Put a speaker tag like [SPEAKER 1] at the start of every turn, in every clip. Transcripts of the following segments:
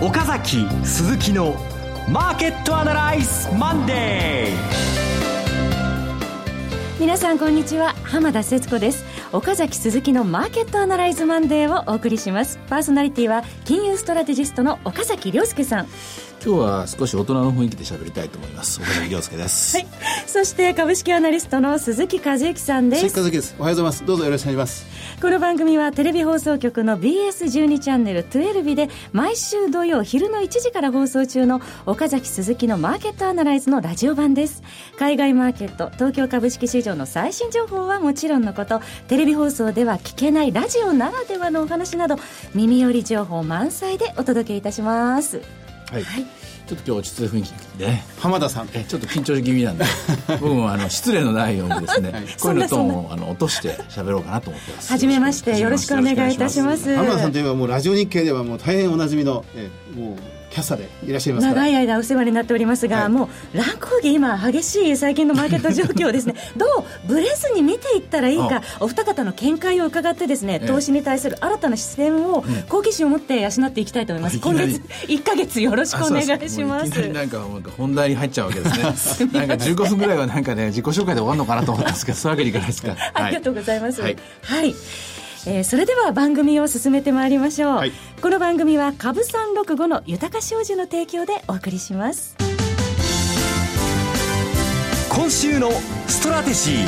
[SPEAKER 1] 岡崎鈴木のマーケットアナライズマンデー。
[SPEAKER 2] 皆さんこんにちは、浜田節子です。岡崎鈴木のマーケットアナライズマンデーをお送りします。パーソナリティは金融ストラテジストの岡崎亮介さん。
[SPEAKER 3] 今日は少し大人の雰囲気で喋りたいと思います。岡崎亮介です、
[SPEAKER 2] はい、そして株式アナリストの鈴木和之さんです。
[SPEAKER 4] 鈴木和之です。おはようございます。どうぞよろしくお願いします。
[SPEAKER 2] この番組はテレビ放送局の BS12 チャンネル12で毎週土曜昼の1時から放送中の岡崎鈴木のマーケットアナライズのラジオ版です。海外マーケット、東京株式市場の最新情報はもちろんのこと、テレビ放送では聞けないラジオならではのお話など耳寄り情報満載でお届けいたします。
[SPEAKER 3] はい、はい、ちょっと今日落ち着いた雰囲気でね、
[SPEAKER 4] 浜田さん
[SPEAKER 3] ちょっと緊張気味なんで僕も失礼のないようにですね、はい、声のトーンを落として喋ろうかなと思ってます。
[SPEAKER 2] はじめまして、よろしくお願いいたします。
[SPEAKER 4] 浜田さんといえばもうラジオ日経ではもう大変おなじみの、もうキャスターでいらっしゃいますから、
[SPEAKER 2] 長い間お世話になっておりますが、はい、もう乱高下今激しい最近のマーケット状況をですねどうブレずに見ていったらいいか、お二方の見解を伺ってですね、投資に対する新たな視線を、好奇心を持って養っていきたいと思います。今月1ヶ月よろしくお願いします。
[SPEAKER 3] いきなりなんか本題に入っちゃうわけですねなんか15分ぐらいはなんかね自己紹介で終わるのかなと思ったんですけどそういうわけにいかないですか。
[SPEAKER 2] ありがとうございます。はい、はい、それでは番組を進めてまいりましょう。はい、この番組は株365の豊か商事の提供でお送りします。
[SPEAKER 1] 今週のストラテジー。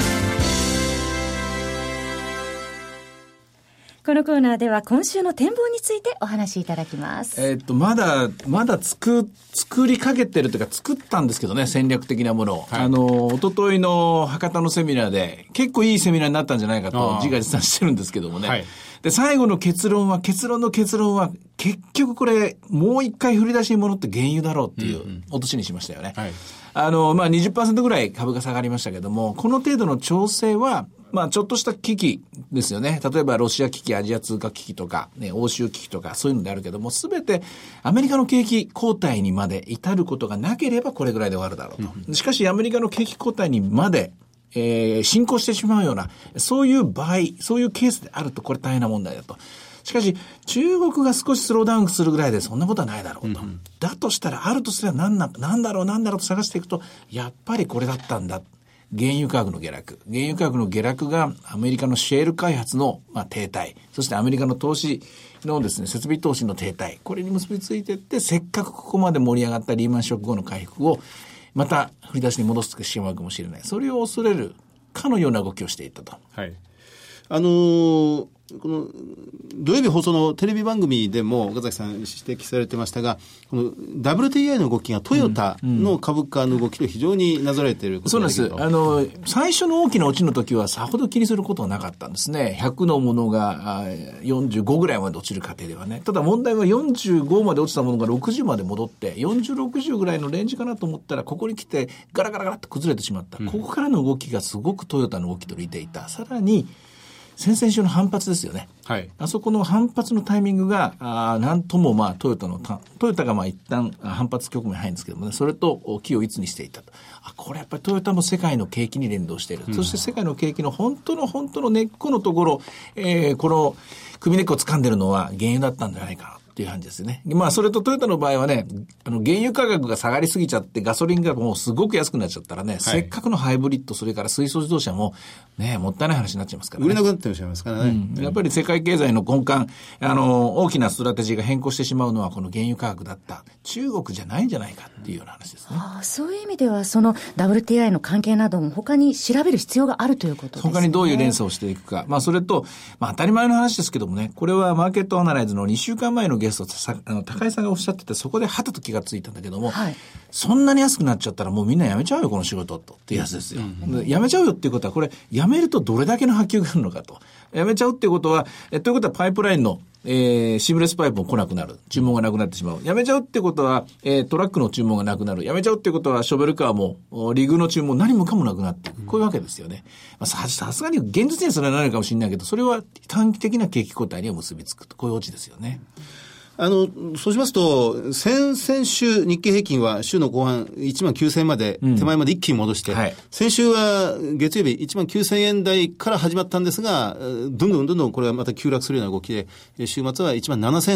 [SPEAKER 2] このコーナーでは今週の展望についてお話しいただきます。
[SPEAKER 3] まだ作りかけてるというか作ったんですけどね、戦略的なものを、はい、一昨日の博多のセミナーで結構いいセミナーになったんじゃないかと自画自賛してるんですけどもね、はい、で最後の結論は結局これもう一回振り出しに戻って原油だろうっていう落としにしましたよね。はい、20% ぐらい株が下がりましたけども、この程度の調整はちょっとした危機ですよね。例えばロシア危機、アジア通貨危機とか、ね、欧州危機とかそういうのであるけども、すべてアメリカの景気後退にまで至ることがなければこれぐらいで終わるだろうと。しかしアメリカの景気後退にまで進行してしまうような、そういう場合、そういうケースであるとこれ大変な問題だと。しかし中国が少しスローダウンするぐらいでそんなことはないだろうと。だとしたらあるとすればなんだろうと探していくと、やっぱりこれだったんだ。原油価格の下落がアメリカのシェール開発の停滞、そしてアメリカの投資のですね、設備投資の停滞、これに結びついていって、せっかくここまで盛り上がったリーマンショック後の回復をまた振り出しに戻してしまうかもしれない。それを恐れるかのような動きをしていったと。
[SPEAKER 4] はい。この土曜日放送のテレビ番組でも岡崎さん指摘されてましたが、この WTI の動きがトヨタの株価の動きと非常になぞらえていることができると。
[SPEAKER 3] そうです。最初の大きな落ちの時はさほど気にすることはなかったんですね。100のものが45ぐらいまで落ちる過程ではね。ただ問題は45まで落ちたものが60まで戻って40、60ぐらいのレンジかなと思ったら、ここに来てガラガラって崩れてしまった。ここからの動きがすごくトヨタの動きと似ていた。さらに先々週の反発ですよね。はい。あそこの反発のタイミングが、なんともトヨタが一旦反発局面に入るんですけどもね、それと気を一にしていたと。これやっぱりトヨタも世界の景気に連動している。そして世界の景気の本当の根っこのところ、この首根っこを掴んでるのは原油だったんじゃないかな。っていう感じですね。それとトヨタの場合はね、原油価格が下がりすぎちゃってガソリンがもうすごく安くなっちゃったらね、はい、せっかくのハイブリッド、それから水素自動車もね、もったいない話になっちゃいますからね。
[SPEAKER 4] 売れなくなってしまいますからね。
[SPEAKER 3] やっぱり世界経済の根幹、大きなストラテジーが変更してしまうのはこの原油価格だった。中国じゃないんじゃないかっていうような話ですね。
[SPEAKER 2] そういう意味ではその WTI の関係なども他に調べる必要があるということですね。
[SPEAKER 3] 他にどういう連鎖をしていくか。それと、当たり前の話ですけどもね、これはマーケットアナライズの2週間前のゲスト高井さんがおっしゃってて、そこではたと気がついたんだけども、はい、そんなに安くなっちゃったらもうみんな辞めちゃうよこの仕事っていうやつですよ。辞めちゃうよっていうことは、これ辞めるとどれだけの波及があるのかと。辞めちゃうっていうことは、ということはパイプラインのシームレスパイプも来なくなる。注文がなくなってしまう。やめちゃうってことは、トラックの注文がなくなる。やめちゃうってことは、ショベルカーも、リグの注文何もかもなくなっていく。こういうわけですよね。さすがに現実にはそれはないかもしれないけど、それは短期的な景気後退には結びつくと。こういうオチですよね。
[SPEAKER 4] そうしますと、先週日経平均は週の後半19,000まで、手前まで一気に戻して、はい、先週は月曜日19,000円台から始まったんですが、どんどんこれがまた急落するような動きで、週末は17,000円台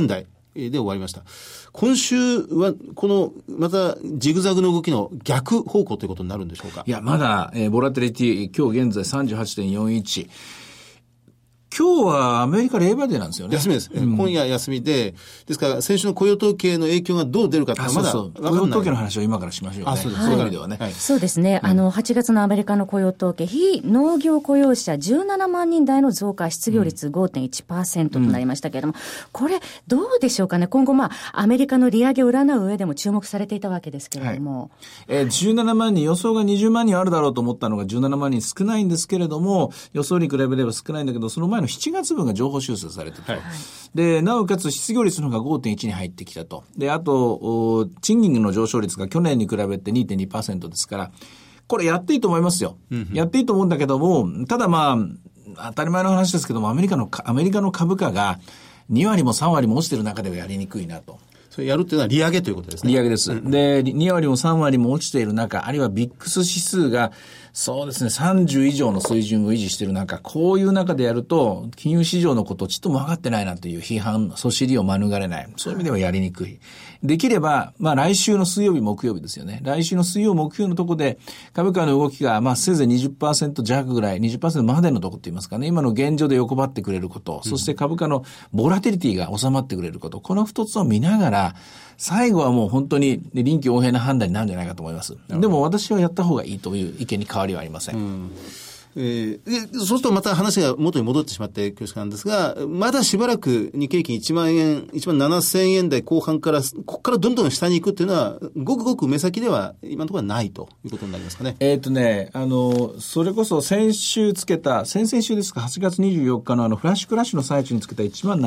[SPEAKER 4] で終わりました。今週は、この、また、ジグザグの動きの逆方向ということになるんでしょうか？
[SPEAKER 3] いや、まだ、ボラテリティ、今日現在 38.41。今日はアメリカレーバーデーなんですよね。
[SPEAKER 4] 休みです。今夜休みで、ですから先週の雇用統計の影響がどう出るかってまだ分かんない。
[SPEAKER 3] 雇用統計の話を今からしましょうね。
[SPEAKER 4] そうです。
[SPEAKER 3] そういう意味ではね。
[SPEAKER 2] そうですね。8月のアメリカの雇用統計、非農業雇用者17万人台の増加、失業率 5.1% となりましたけれども、これどうでしょうかね。今後アメリカの利上げを占う上でも注目されていたわけですけれども。
[SPEAKER 3] 17万人、予想が20万人あるだろうと思ったのが17万人少ないんですけれども、予想に比べれば少ないんだけど、その前の7月分が情報修正されてと。で、なおかつ失業率の方が 5.1 に入ってきたと。で、あと、賃金の上昇率が去年に比べて 2.2% ですから、これやっていいと思いますよ。やっていいと思うんだけども、ただ当たり前の話ですけども、アメリカの株価が2割も3割も落ちてる中ではやりにくいなと。
[SPEAKER 4] それやるっていうのは利上げということですね。
[SPEAKER 3] 利上げです。で、2割も3割も落ちている中、あるいはビックス指数が、そうですね、30以上の水準を維持している中、こういう中でやると、金融市場のことをちっとも分かってないなという批判、そしりを免れない。そういう意味ではやりにくい。できれば、来週の水曜日、木曜日ですよね。来週の水曜、木曜のところで、株価の動きが、せいぜい 20% 弱ぐらい、20% までのところって言いますかね、今の現状で横ばってくれること、そして株価のボラテリティが収まってくれること、この2つを見ながら、最後はもう本当に臨機応変な判断になるんじゃないかと思います。でも私はやった方がいいという意見に変わりはありません。
[SPEAKER 4] そうするとまた話が元に戻ってしまって恐縮なんですが、まだしばらく日経平均1万7000円台後半から、ここからどんどん下に行くっていうのは、ごくごく目先では今のところはないということになりますかね。
[SPEAKER 3] それこそ先週つけた、先々週ですか、8月24日のフラッシュクラッシュの最中につけた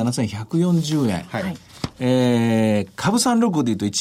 [SPEAKER 3] 17,140円。はい。株365で言うと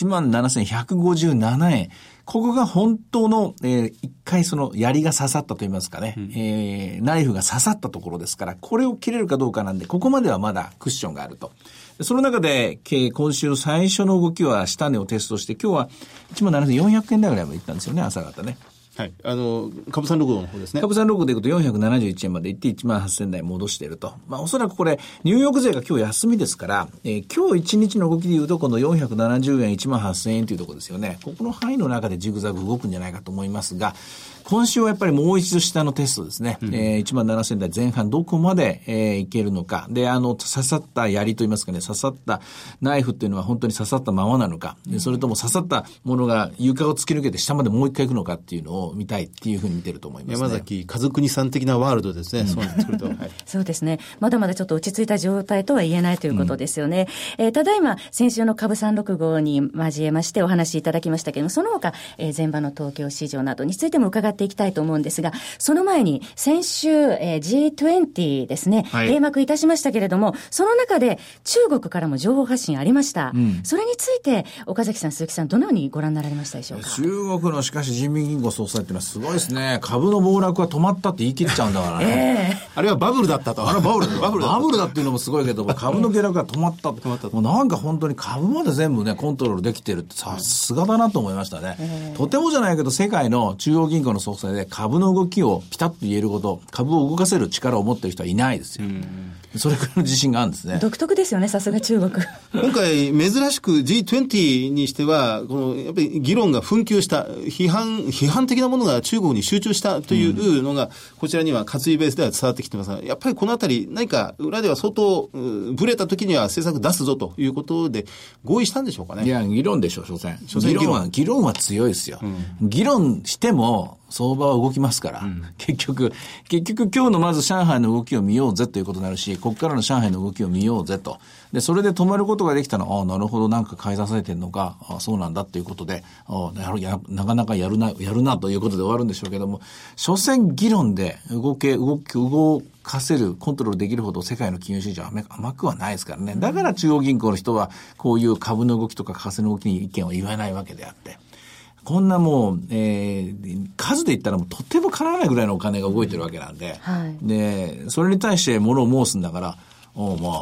[SPEAKER 3] 17,157円。ここが本当の、一回その槍が刺さったと言いますかね、ナイフが刺さったところですから、これを切れるかどうかなんで、ここまではまだクッションがあると。その中で、今週の最初の動きは下値をテストして、今日は17,400円台ぐらいまで行ったんですよね、朝方ね。
[SPEAKER 4] はい。株365の方ですね。
[SPEAKER 3] 株365でいくと471円まで行って18,000台戻していると。おそらくこれ、ニューヨーク勢が今日休みですから、今日1日の動きで言うと、この470円、18,000円というところですよね。ここの範囲の中でジグザグ動くんじゃないかと思いますが、今週はやっぱりもう一度下のテストですね。17,000台前半どこまで、いけるのか。で、刺さった槍といいますかね、刺さったナイフっていうのは本当に刺さったままなのか、それとも刺さったものが床を突き抜けて下までもう一回行くのかっていうのを見たいっていうふうに見てると思いますね。
[SPEAKER 4] 山崎和邦さん的なワールドですね。そうなってくると。はい、
[SPEAKER 2] そうですね。まだまだちょっと落ち着いた状態とは言えないということですよね。ただいま、先週の株365に交えましてお話しいただきましたけれども、その他、前場の東京市場などについても伺っていきたいと思うんですが、その前に先週、G20 ですね、閉幕いたしましたけれども、その中で中国からも情報発信ありました。それについて岡崎さん、鈴木さん、どのようにご覧になられましたでしょうか。
[SPEAKER 3] 中国のしかし人民銀行総裁っていうのはすごいですね。株の暴落は止まったって言い切っちゃうんだからね。
[SPEAKER 4] あれはバブルだったと。
[SPEAKER 3] バブルだっていうのもすごいけども、株の下落が止まった。もうなんか本当に株まで全部ね、コントロールできてるってさすがだなと思いましたね。とてもじゃないけど、世界の中央銀行の総裁で株の動きをピタッと言えること、株を動かせる力を持っている人はいないですよ。それくらいの自信があるんですね。
[SPEAKER 2] 独特ですよね、さすが中国。
[SPEAKER 4] 今回珍しく G20 にしては、やっぱり議論が紛糾した、批判的なものが中国に集中したというのが、こちらには活意ベースでは伝わってきてますが、やっぱりこのあたり何か裏では相当ブレた時には政策出すぞということで合意したんでしょうかね。
[SPEAKER 3] いや、議論でしょ、所詮。議論は強いですよ。議論しても、相場は動きますから、結局今日のまず上海の動きを見ようぜということになるし、ここからの上海の動きを見ようぜと。で、それで止まることができたら、なるほど、なんか買い支えてるのか、そうなんだということで、なかなかやるなということで終わるんでしょうけども、所詮議論で動かせる、コントロールできるほど世界の金融市場は甘くはないですからね。だから中央銀行の人は、こういう株の動きとか為替の動きに意見を言わないわけであって。こんなもう、数で言ったらもうとてもかなわないぐらいのお金が動いてるわけなんで、で、それに対して物を申すんだから、まあ、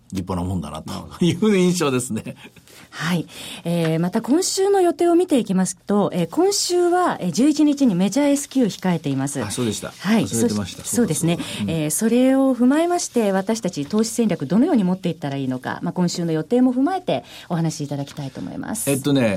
[SPEAKER 3] 立派なもんだなという印象ですね。
[SPEAKER 2] はい。また今週の予定を見ていきますと、今週は11日にメジャー S q 控えています。
[SPEAKER 3] あ、そうでした。
[SPEAKER 2] はい。
[SPEAKER 3] 忘れてました。
[SPEAKER 2] そうですね。それを踏まえまして、私たち投資戦略どのように持っていったらいいのか、今週の予定も踏まえてお話しいただきたいと思います。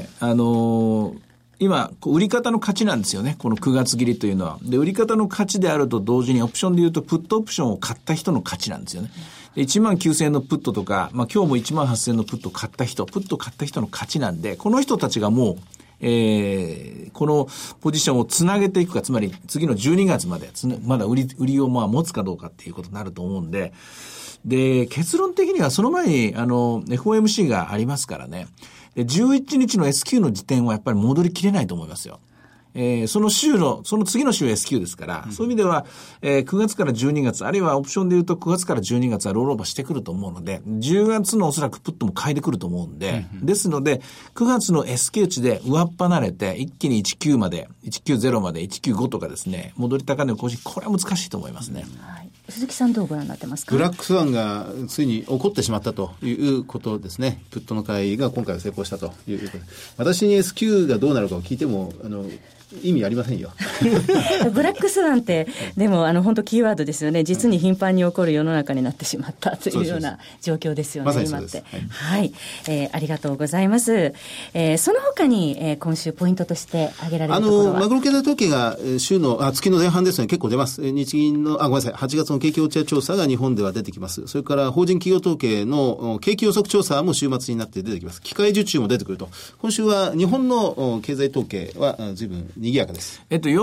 [SPEAKER 3] 今、売り方の勝ちなんですよね。この9月切りというのは。で、売り方の勝ちであると同時にオプションで言うと、プットオプションを買った人の勝ちなんですよね。19,000円のプットとか、今日も18,000円のプットを買った人、プットを買った人の勝ちなんで、この人たちがもう、このポジションをつなげていくか、つまり次の12月まで、まだ売りを持つかどうかっていうことになると思うんで、で、結論的にはその前に、FOMC がありますからね。で、11日の S q の時点はやっぱり戻りきれないと思いますよ。その次の週 S q ですから、そういう意味では、9月から12月、あるいはオプションで言うと9月から12月はロールオーバーしてくると思うので、10月のおそらくプットも買いでくると思うんで、ですので、9月の S q 値で上っ離れて、一気に19まで、190まで、195とかですね、戻り高値を更新、これは難しいと思いますね。
[SPEAKER 2] はい。鈴木さんどうご覧になってますか？
[SPEAKER 4] ブラックスワンがついに起こってしまったということですね。プットの買いが今回は成功したということで、私に S q がどうなるかを聞いても、意味ありませんよ。
[SPEAKER 2] ブラックスワンってでも本当キーワードですよね。実に頻繁に起こる世の中になってしまったというような状況ですよね、今って。はい、ありがとうございます。その他に、今週ポイントとして挙げられるところは、
[SPEAKER 4] マクロ経済統計が月の前半ですね、結構出ます。日銀のごめんなさい、8月の景気ウォッチャー調査が日本では出てきます。それから法人企業統計の景気予測調査も週末になって出てきます。機械受注も出てくると。今週は日本の経済統計は随分賑やかです。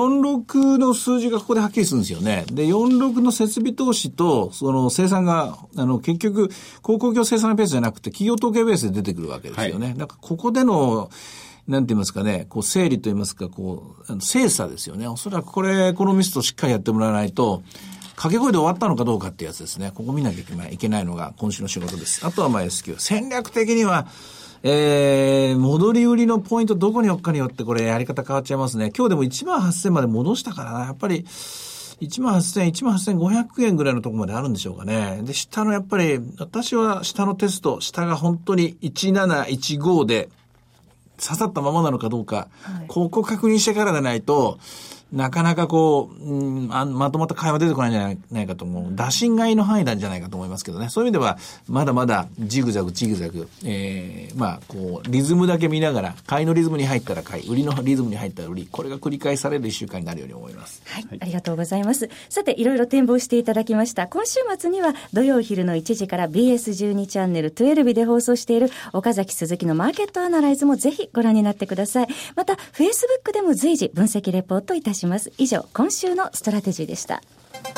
[SPEAKER 3] 46の数字がここではっきりするんですよね。で、46の設備投資と、その生産が、結局、鉱工業生産ベースじゃなくて、企業統計ベースで出てくるわけですよね。だから、ここでの、なんて言いますかね、整理と言いますか、精査ですよね。おそらくこれ、エコノミストしっかりやってもらわないと、掛け声で終わったのかどうかっていうやつですね。ここ見なきゃいけないのが今週の仕事です。あとはS q。戦略的には、戻り売りのポイントどこに置くかによってこれやり方変わっちゃいますね。今日でも 18,000 まで戻したからな。やっぱり 18,500 円ぐらいのところまであるんでしょうかね。で、下のやっぱり私は下のテスト、下が本当に1715で刺さったままなのかどうか、はい、ここ確認してからでないと、なかなかまとまった会話出てこないんじゃないかと思う。打診買いの範囲なんじゃないかと思いますけどね。そういう意味では、まだまだジグザグ、リズムだけ見ながら、買いのリズムに入ったら買い、売りのリズムに入ったら売り、これが繰り返される一週間になるように思います。
[SPEAKER 2] はい。ありがとうございます。さて、いろいろ展望していただきました。今週末には土曜昼の1時から BS12 チャンネル12で放送している岡崎鈴木のマーケットアナライズもぜひご覧になってください。また、Facebook でも随時分析レポートいたします。以上、今週のストラテジーでした。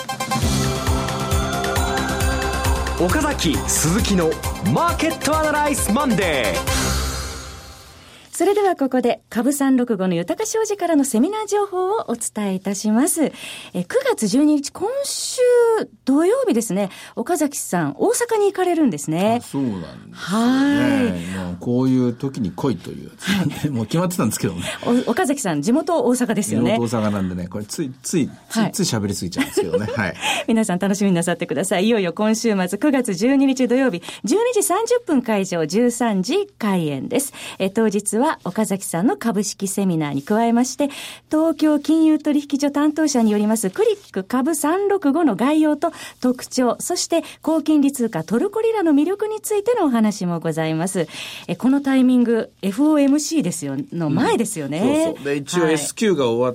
[SPEAKER 1] 岡崎鈴木のマーケットアナライズマンデー。
[SPEAKER 2] それではここで株365の豊か商事からのセミナー情報をお伝えいたします。9月12日、今週土曜日ですね、岡崎さん、大阪に行かれるんですね。
[SPEAKER 3] そうなんですよね。
[SPEAKER 2] はい。
[SPEAKER 3] もうこういう時に来いというやつなんで、はい、もう決まってたんですけどね。
[SPEAKER 2] 岡崎さん、地元大阪ですよね。
[SPEAKER 3] 地元大阪なんでね、これつい喋りすぎちゃうんですけどね。はい。
[SPEAKER 2] 皆さん楽しみになさってください。いよいよ今週末9月12日土曜日、12時30分会場、13時開演です。当日は岡崎さんの株式セミナーに加えまして、東京金融取引所担当者によりますクリック株365の概要と特徴、そして高金利通貨トルコリラの魅力についてのお話もございます。このタイミング FOMC ですよの前ですよね。
[SPEAKER 3] そうそう。で、一応 S q が終わって、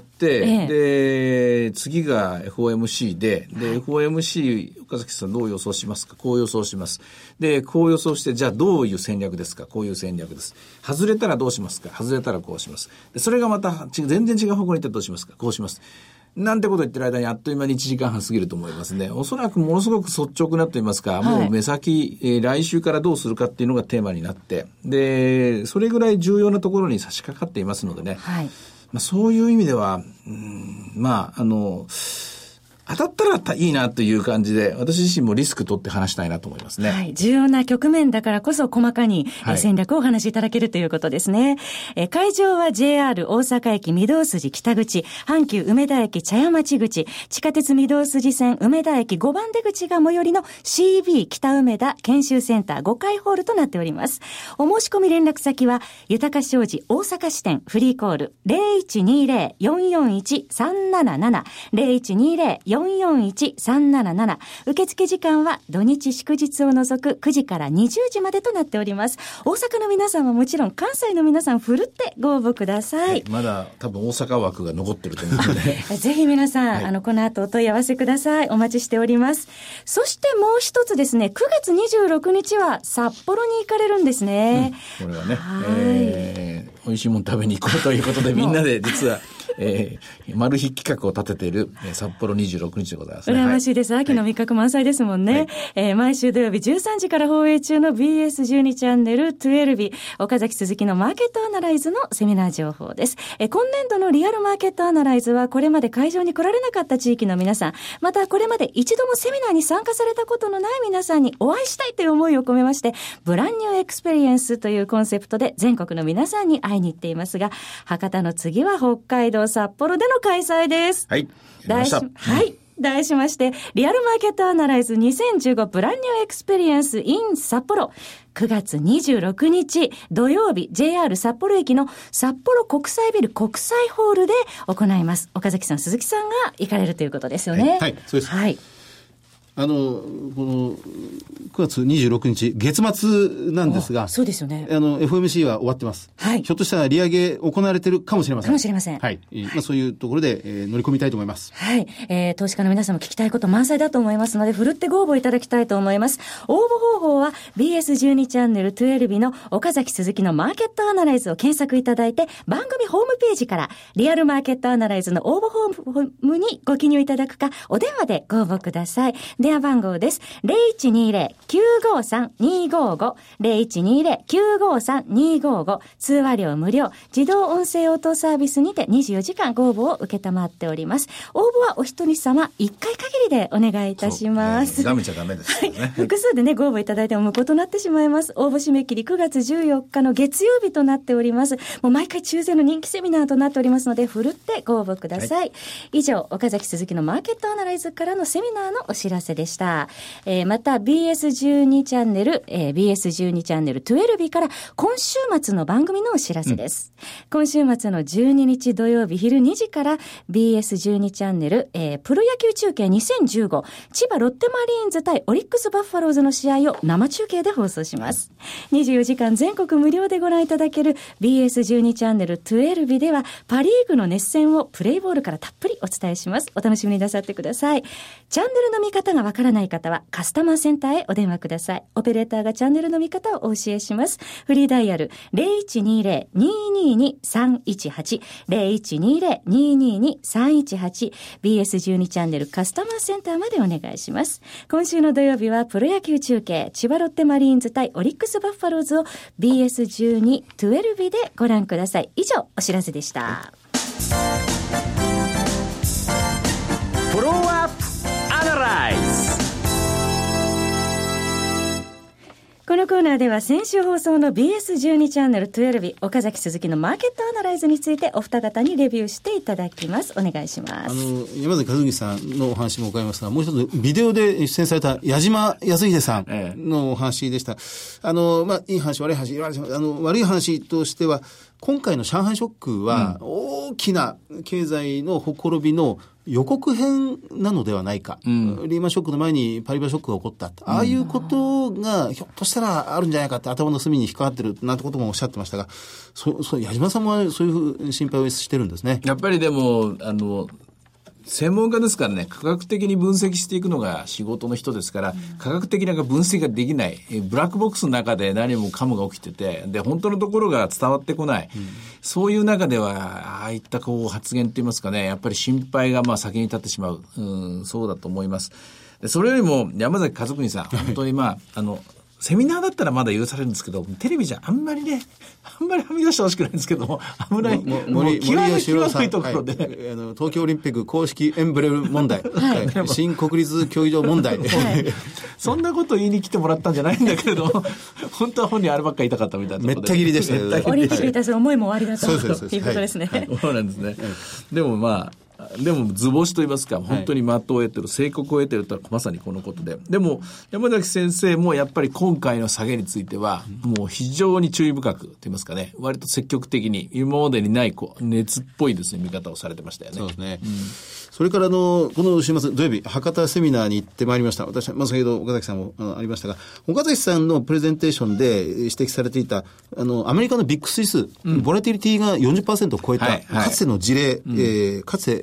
[SPEAKER 3] で、次が FOMC で、FOMC 岡崎さんどう予想しますか？こう予想します。で、こう予想して、じゃあどういう戦略ですか？こういう戦略です。外れたらどうしますか？外れたらこうします。で、それがまた全然違う方向に行ったらどうしますか？こうします。なんてこと言ってる間にあっという間に1時間半過ぎると思いますね。おそらくものすごく率直なと言いますか、もう目先、来週からどうするかっていうのがテーマになって、で、それぐらい重要なところに差し掛かっていますのでね。はい。そういう意味では、 当たったらいいなという感じで、私自身もリスク取って話したいなと思いますね。
[SPEAKER 2] はい。重要な局面だからこそ細かに、戦略をお話しいただけるということですね。会場は JR 大阪駅御堂筋北口、阪急梅田駅茶屋町口、地下鉄御堂筋線梅田駅5番出口が最寄りの CB 北梅田研修センター5階ホールとなっております。お申し込み連絡先は、豊商事大阪支店フリーコール 0120-441-377 0120-441-377 受付時間は土日祝日を除く9時から20時までとなっております。大阪の皆さんはもちろん関西の皆さんふるってご応募ください。
[SPEAKER 3] まだ多分大阪枠が残ってると思うので
[SPEAKER 2] ぜひ皆さん、この後お問い合わせください。お待ちしております。そしてもう一つですね、9月26日は札幌に行かれるんですね。
[SPEAKER 3] これはね、美味しいもの食べに行こうということでみんなで実はマル秘企画を立てている札幌26日でございますね。
[SPEAKER 2] 羨ましいです。秋の味覚満載ですもんね。毎週土曜日13時から放映中の BS12 チャンネル12岡崎鈴木のマーケットアナライズのセミナー情報です。今年度のリアルマーケットアナライズはこれまで会場に来られなかった地域の皆さん、またこれまで一度もセミナーに参加されたことのない皆さんにお会いしたいという思いを込めまして、ブランニューエクスペリエンスというコンセプトで全国の皆さんに会いに行っていますが、博多の次は北海道札幌での開催です。
[SPEAKER 3] はい。はい。
[SPEAKER 2] 題しまして、リアルマーケットアナライズ2015ブランニューエクスペリエンス in 札幌。9月26日土曜日 JR 札幌駅の札幌国際ビル国際ホールで行います。岡崎さん、鈴木さんが行かれるということですよね。
[SPEAKER 4] はい、そうです。
[SPEAKER 2] はい。
[SPEAKER 4] この9月26日月末なんですが、
[SPEAKER 2] そうですよね。
[SPEAKER 4] FOMC は終わってます。
[SPEAKER 2] はい。
[SPEAKER 4] ひょっとしたら利上げ行われてるかもしれません。
[SPEAKER 2] かもしれません。
[SPEAKER 4] はい。そういうところで、乗り込みたいと思います。
[SPEAKER 2] はい。投資家の皆さんも聞きたいこと満載だと思いますので、ふるってご応募いただきたいと思います。応募方法は BS12 チャンネル12の岡崎鈴木のマーケットアナライズを検索いただいて、番組ホームページからリアルマーケットアナライズの応募フォームにご記入いただくか、お電話でご応募ください。電話番号です。0120-953-255 0120-953-255 通話料無料自動音声応答サービスにて24時間ご応募を受けたまっております。応募はお一人様1回限りでお願いいたします。
[SPEAKER 3] ダメちゃダメですよね。はい、
[SPEAKER 2] 複数でね、ご応募いただいても無効となってしまいます。応募締め切り9月14日の月曜日となっております。もう毎回抽選の人気セミナーとなっておりますので、ふるってご応募ください。はい、以上、岡崎鈴木のマーケットアナライズからのセミナーのお知らせでした。また BS12 チャンネル、BS12 チャンネル12から今週末の番組のお知らせです。今週末の12日土曜日昼2時から BS12 チャンネル、プロ野球中継2015千葉ロッテマリーンズ対オリックスバファローズの試合を生中継で放送します。24時間全国無料でご覧いただける BS12 チャンネル12ではパリーグの熱戦をプレイボールからたっぷりお伝えします。お楽しみになさってください。チャンネルの見方がわからない方はカスタマーセンターへお電話ください。オペレーターがチャンネルの見方をお教えします。フリーダイヤル 0120-222-318 0120-222-318 BS12 チャンネルカスタマーセンターまでお願いします。今週の土曜日はプロ野球中継千葉ロッテマリーンズ対オリックスバファローズを BS12-12 でご覧ください。以上お知らせでした。
[SPEAKER 1] フォローアップアナライズ。
[SPEAKER 2] このコーナーでは先週放送の BS12 チャンネル12岡崎鈴木のマーケットアナライズについてお二方にレビューしていただきます。お願いします。
[SPEAKER 4] 山崎和樹さんのお話も伺いますが、もう一つビデオで出演された矢島康秀さんのお話でした。いい話悪い話、悪い話としては今回の上海ショックは大きな経済のほころびの予告編なのではないか、リーマンショックの前にパリバショックが起こった、ああいうことがひょっとしたらあるんじゃないかって頭の隅に引っかかってるなんてこともおっしゃってましたが、矢島さんもそういう心配をしてるんですね。
[SPEAKER 3] やっぱりでも専門家ですからね、科学的に分析していくのが仕事の人ですから、科学的な分析ができない、ブラックボックスの中で何もかもが起きてて、で本当のところが伝わってこない、そういう中ではああいった発言といいますかね、やっぱり心配が先に立ってしまう、そうだと思います。でそれよりも山崎和邦さん、本当にセミナーだったらまだ許されるんですけど、テレビじゃあんまりはみ出してほしくないんですけども、危ない。
[SPEAKER 4] 森喜朗さん、
[SPEAKER 3] いところで、
[SPEAKER 4] 東京オリンピック公式エンブレム問題、新国立競技場問題、
[SPEAKER 3] そんなこと言いに来てもらったんじゃないんだけれども、本当は本人あればっかり言いたかったみたいな。
[SPEAKER 4] めった切りでしたよ。
[SPEAKER 2] オリンピックに対する思いもありだということですね。
[SPEAKER 3] そうなんですね。でも図星といいますか、本当に的を得てる、正国を得てるとはまさにこのことで。でも、山崎先生もやっぱり今回の下げについては、もう非常に注意深くと言いますかね、割と積極的に、今までにない熱っぽいですね、見方をされてましたよね。
[SPEAKER 4] そうですね。それからこの週末土曜日、博多セミナーに行ってまいりました。私は、先ほど岡崎さんもありましたが、岡崎さんのプレゼンテーションで指摘されていた、アメリカのビッグ指数、ボラティリティが 40% を超えた、かつての事例、かつて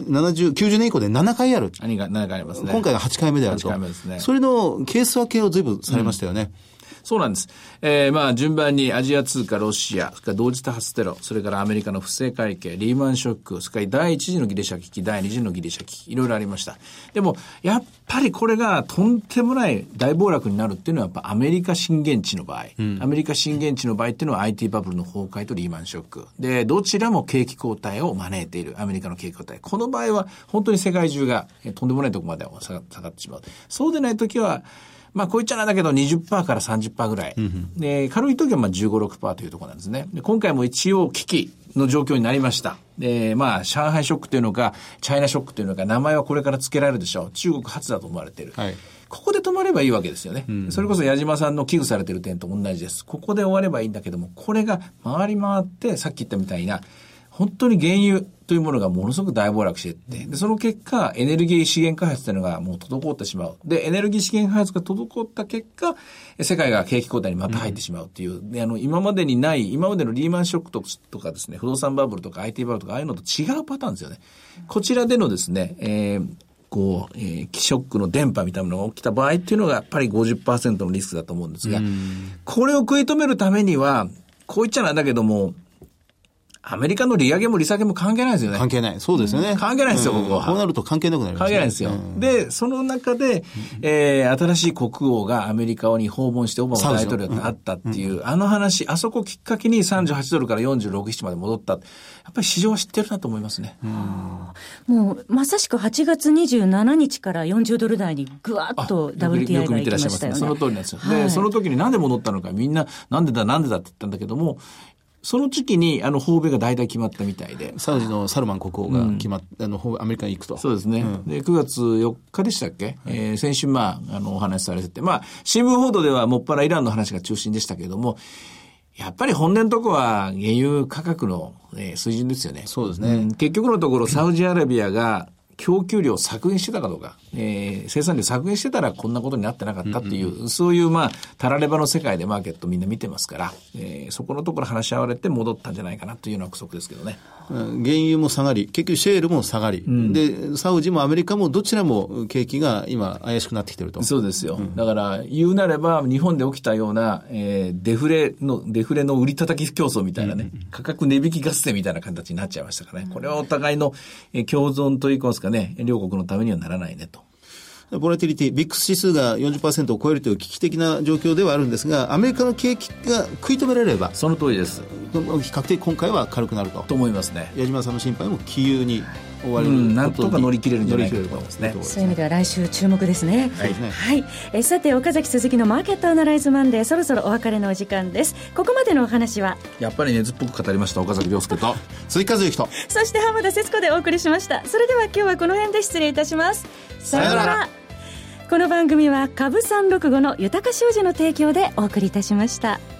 [SPEAKER 4] 90年以降で7回ある。
[SPEAKER 3] 7回ありますね。
[SPEAKER 4] 今回が8回目であると。8回目ですね。それのケース分けを随分されましたよね。
[SPEAKER 3] そうなんです。順番にアジア通貨、ロシア、それから同時多発テロ、それからアメリカの不正会計、リーマンショック、それから第1次のギリシャ危機、第2次のギリシャ危機、いろいろありました。でも、やっぱりこれがとんでもない大暴落になるっていうのはやっぱアメリカ震源地の場合、アメリカ震源地の場合っていうのは IT バブルの崩壊とリーマンショック。で、どちらも景気後退を招いている、アメリカの景気後退。この場合は本当に世界中がとんでもないところまで下がってしまう。そうでないときは、こう言っちゃなんだけど 20% から 30% ぐらい。で、軽い時は15、6% というところなんですね。で、今回も一応危機の状況になりました。で、上海ショックというのか、チャイナショックというのか、名前はこれから付けられるでしょう。中国発だと思われている。はい、ここで止まればいいわけですよね。それこそ矢島さんの危惧されている点と同じです。ここで終わればいいんだけども、これが回り回って、さっき言ったみたいな、本当に原油というものがものすごく大暴落していって、で、その結果、エネルギー資源開発というのがもう滞ってしまう。で、エネルギー資源開発が滞った結果、世界が景気後退にまた入ってしまうという、で、今までにない、今までのリーマンショックとかですね、不動産バブルとか IT バブルとか、ああいうのと違うパターンですよね。こちらでのですね、ショックの電波みたいなのが起きた場合っていうのがやっぱり 50% のリスクだと思うんですが、これを食い止めるためには、こう言っちゃなんだけども、アメリカの利上げも利下げも関係ないですよね。
[SPEAKER 4] 関係ない。そうですよね。
[SPEAKER 3] 関係ないですよ、ここは。
[SPEAKER 4] こうなると関係なくなりますね。
[SPEAKER 3] 関係ないですよ。で、その中で、新しい国王がアメリカに訪問してオバマ大統領と会ったっていう、あの話、あそこきっかけに38ドルから46、7まで戻った。やっぱり市場は知ってるなと思いますね。
[SPEAKER 2] もう、まさしく8月27日から40ドル台にぐわっと WTI が行きましたよね。
[SPEAKER 3] その通りなんですよ。で、その時になんで戻ったのか、みんな、なんでだって言ったんだけども、その時期に訪米が大体決まったみたいで。
[SPEAKER 4] サウジのサルマン国王が決まって、アメリカに行くと。
[SPEAKER 3] そうですね。で、9月4日でしたっけ、先週お話しされてて、新聞報道ではもっぱらイランの話が中心でしたけれども、やっぱり本音のとこは原油価格の、水準ですよね。
[SPEAKER 4] そうですね。
[SPEAKER 3] 結局のところサウジアラビアが供給量を削減してたかどうか、生産量削減してたらこんなことになってなかったっていう、そういうたらればの世界でマーケットみんな見てますから、そこのところ話し合われて戻ったんじゃないかなというのは憶測ですけどね。
[SPEAKER 4] 原油も下がり、結局シェールも下がり、で、サウジもアメリカもどちらも景気が今怪しくなってきてると。
[SPEAKER 3] そうですよ。だから言うなれば日本で起きたような、デフレの売り叩き競争みたいなね、価格値引き合戦みたいな形になっちゃいましたからね。これはお互いの共存といいますかね、両国のためにはならないねと。
[SPEAKER 4] ボラティリティ、ビックス指数が 40% を超えるという危機的な状況ではあるんですが、アメリカの景気が食い止められれば、
[SPEAKER 3] その通りです。
[SPEAKER 4] 比較的今回は軽くなると
[SPEAKER 3] 思いますね。
[SPEAKER 4] 矢島さんの心配も気有に終わる、
[SPEAKER 3] なんとか乗り切れるんじゃないかと思いますね。
[SPEAKER 2] そういう意味では来週注目ですね。はい。さて、岡崎鈴木のマーケットアナライズマンデー、そろそろお別れのお時間です。ここまでのお話は
[SPEAKER 3] やっぱり熱っぽく語りました岡崎亮介と
[SPEAKER 4] 鈴木和之と、
[SPEAKER 2] そして浜田節子でお送りしました。それでは今日はこの辺で失礼いたします。さようなら。この番組は株365の豊か商事の提供でお送りいたしました。